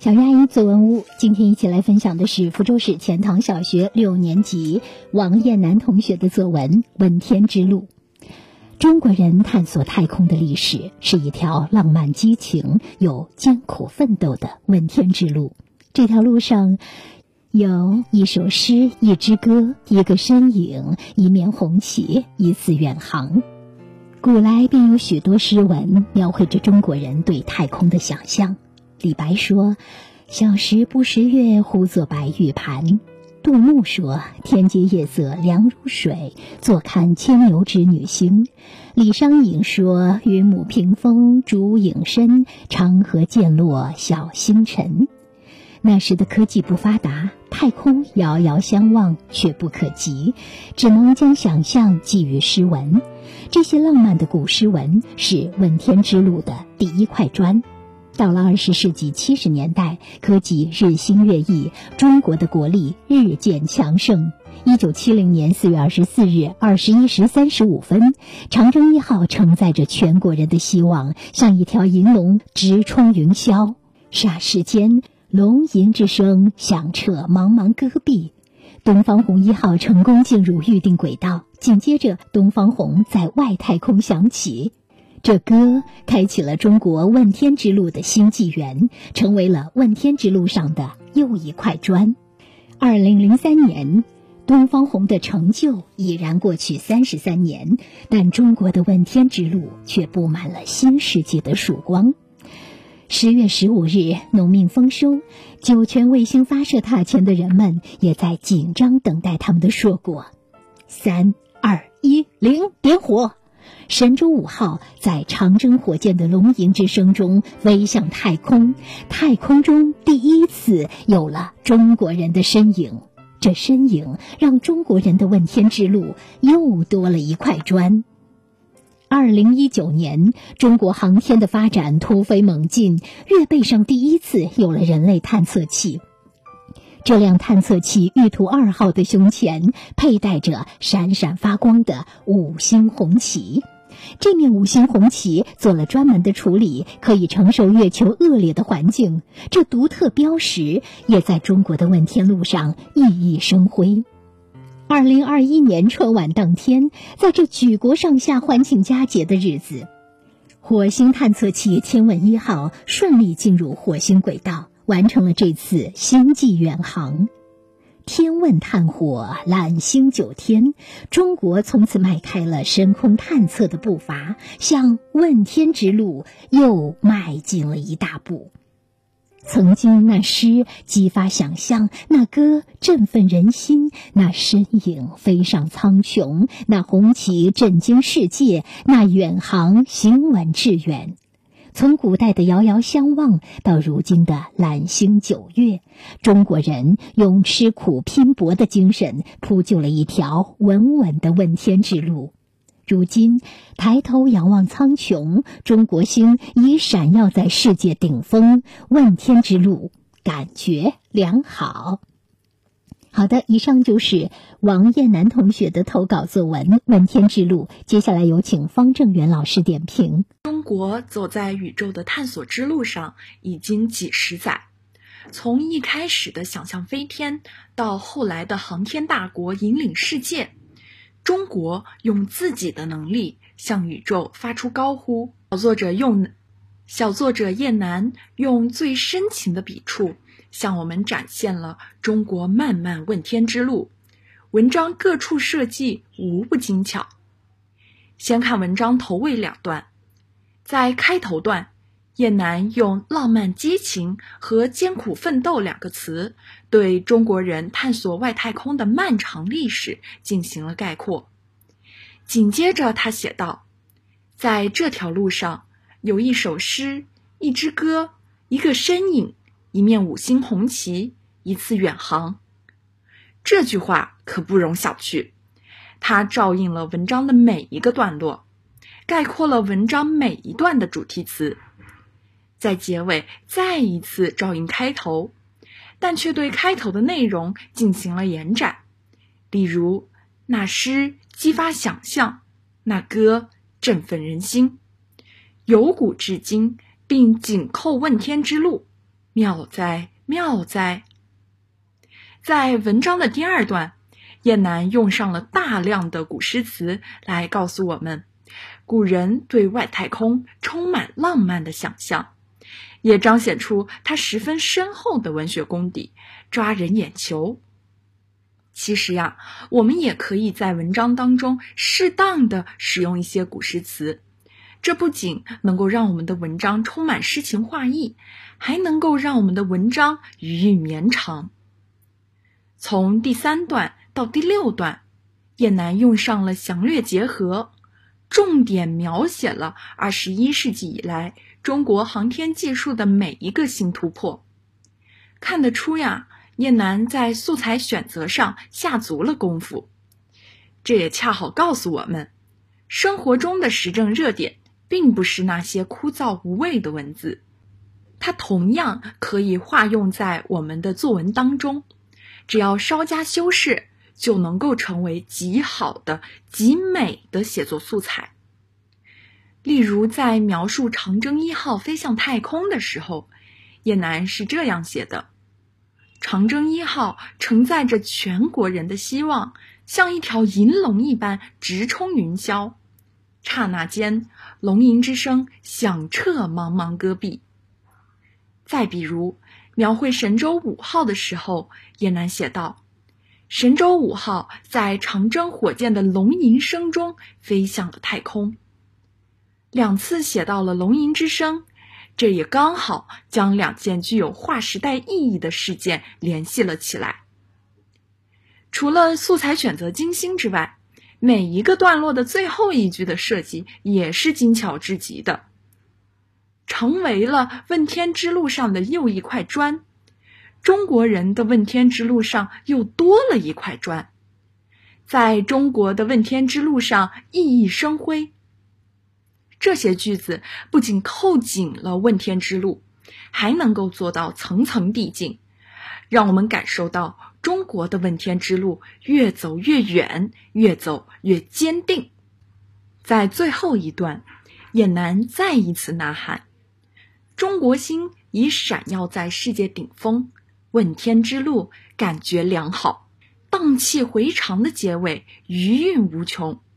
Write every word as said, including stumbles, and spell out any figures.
小鱼阿姨作文屋，今天一起来分享的是福州市钱塘小学六年级王艳楠同学的作文《问天之路》。中国人探索太空的历史是一条浪漫激情又艰苦奋斗的问天之路。这条路上有一首诗，一支歌，一个身影，一面红旗，一次远航。古来便有许多诗文描绘着中国人对太空的想象。李白说：“小时不识月，呼作白玉盘。”杜牧说：“天阶夜色凉如水，坐看牵牛织女星。”李商隐说：“云母屏风烛影深，长河渐落晓星沉。”那时的科技不发达，太空遥遥相望却不可及，只能将想象寄予诗文。这些浪漫的古诗文是问天之路的第一块砖。到了二十世纪七十年代，科技日新月异，中国的国力日渐强盛。一九七零年四月二十四日二十一时三十五分，长征一号承载着全国人的希望，像一条银龙直冲云霄。霎时间，龙吟之声响彻茫茫戈壁。东方红一号成功进入预定轨道，紧接着东方红在外太空响起。这歌开启了中国问天之路的新纪元，成为了问天之路上的又一块砖。二零零三年，东方红的成就已然过去三十三年，但中国的问天之路却布满了新世纪的曙光。十月十五日，农民丰收，酒泉卫星发射塔前的人们也在紧张等待他们的硕果。三二一零，点火！神舟五号在长征火箭的龙吟之声中飞向太空，太空中第一次有了中国人的身影。这身影让中国人的问天之路又多了一块砖。二零一九年，中国航天的发展突飞猛进，月背上第一次有了人类探测器。这辆探测器玉兔二号的胸前佩戴着闪闪发光的五星红旗。这面五星红旗做了专门的处理，可以承受月球恶劣的环境。这独特标识也在中国的问天路上熠熠生辉。二零二一年春晚当天，在这举国上下欢庆佳节的日子，火星探测器天问一号顺利进入火星轨道，完成了这次星际远航。天问探火，揽星九天，中国从此迈开了深空探测的步伐，向问天之路又迈进了一大步。曾经那诗激发想象，那歌振奋人心，那身影飞上苍穹，那红旗震惊世界，那远航行稳致远。从古代的遥遥相望到如今的揽星九月，中国人用吃苦拼搏的精神铺就了一条稳稳的问天之路。如今抬头仰望苍穹，中国星已闪耀在世界顶峰，问天之路感觉良好。好的，以上就是王艳楠同学的投稿作文《问天之路》，接下来有请方正元老师点评。 中国走在宇宙的探索之路上已经几十载，从一开始的想象飞天，到后来的航天大国引领世界，中国用自己的能力向宇宙发出高呼。小作者用小作者艳楠用最深情的笔触向我们展现了中国漫漫问天之路，文章各处设计无不精巧。先看文章头尾两段。在开头段，艳楠用浪漫激情和艰苦奋斗两个词对中国人探索外太空的漫长历史进行了概括。紧接着他写道，在这条路上有一首诗，一支歌，一个身影，一面五星红旗，一次远航。这句话可不容小觑，它照应了文章的每一个段落，概括了文章每一段的主题词。在结尾再一次照应开头，但却对开头的内容进行了延展。例如，那诗激发想象，那歌振奋人心，由古至今，并紧扣问天之路。 妙哉妙哉。在文章的第二段，燕南用上了大量的古诗词来告诉我们，古人对外太空充满浪漫的想象，也彰显出他十分深厚的文学功底，抓人眼球。其实呀，我们也可以在文章当中适当的使用一些古诗词，这不仅能够让我们的文章充满诗情画意，还能够让我们的文章余韵绵长。从第三段到第六段，燕南用上了详略结合，重点描写了二十一世纪以来中国航天技术的每一个新突破。看得出呀，燕南在素材选择上下足了功夫。这也恰好告诉我们，生活中的时政热点并不是那些枯燥无味的文字，它同样可以化用在我们的作文当中，只要稍加修饰，就能够成为极好的、极美的写作素材。例如在描述长征一号飞向太空的时候，燕南是这样写的：长征一号承载着全国人的希望，像一条银龙一般直冲云霄，刹那间，龙吟之声响彻茫茫戈壁。再比如描绘神舟五号的时候，燕南写道：神舟五号在长征火箭的龙吟声中飞向了太空。两次写到了龙吟之声，这也刚好将两件具有划时代意义的事件联系了起来。除了素材选择精心之外，每一个段落的最后一句的设计也是精巧至极的，成为了问天之路上的又一块砖。中国人的问天之路上又多了一块砖，在中国的问天之路上熠熠生辉。这些句子不仅扣紧了问天之路，还能够做到层层递进，让我们感受到中国的问天之路越走越远，越走越坚定。在最后一段，燕南再一次呐喊：中国星已闪耀在世界顶峰，问天之路感觉良好。荡气回肠的结尾余韵无穷，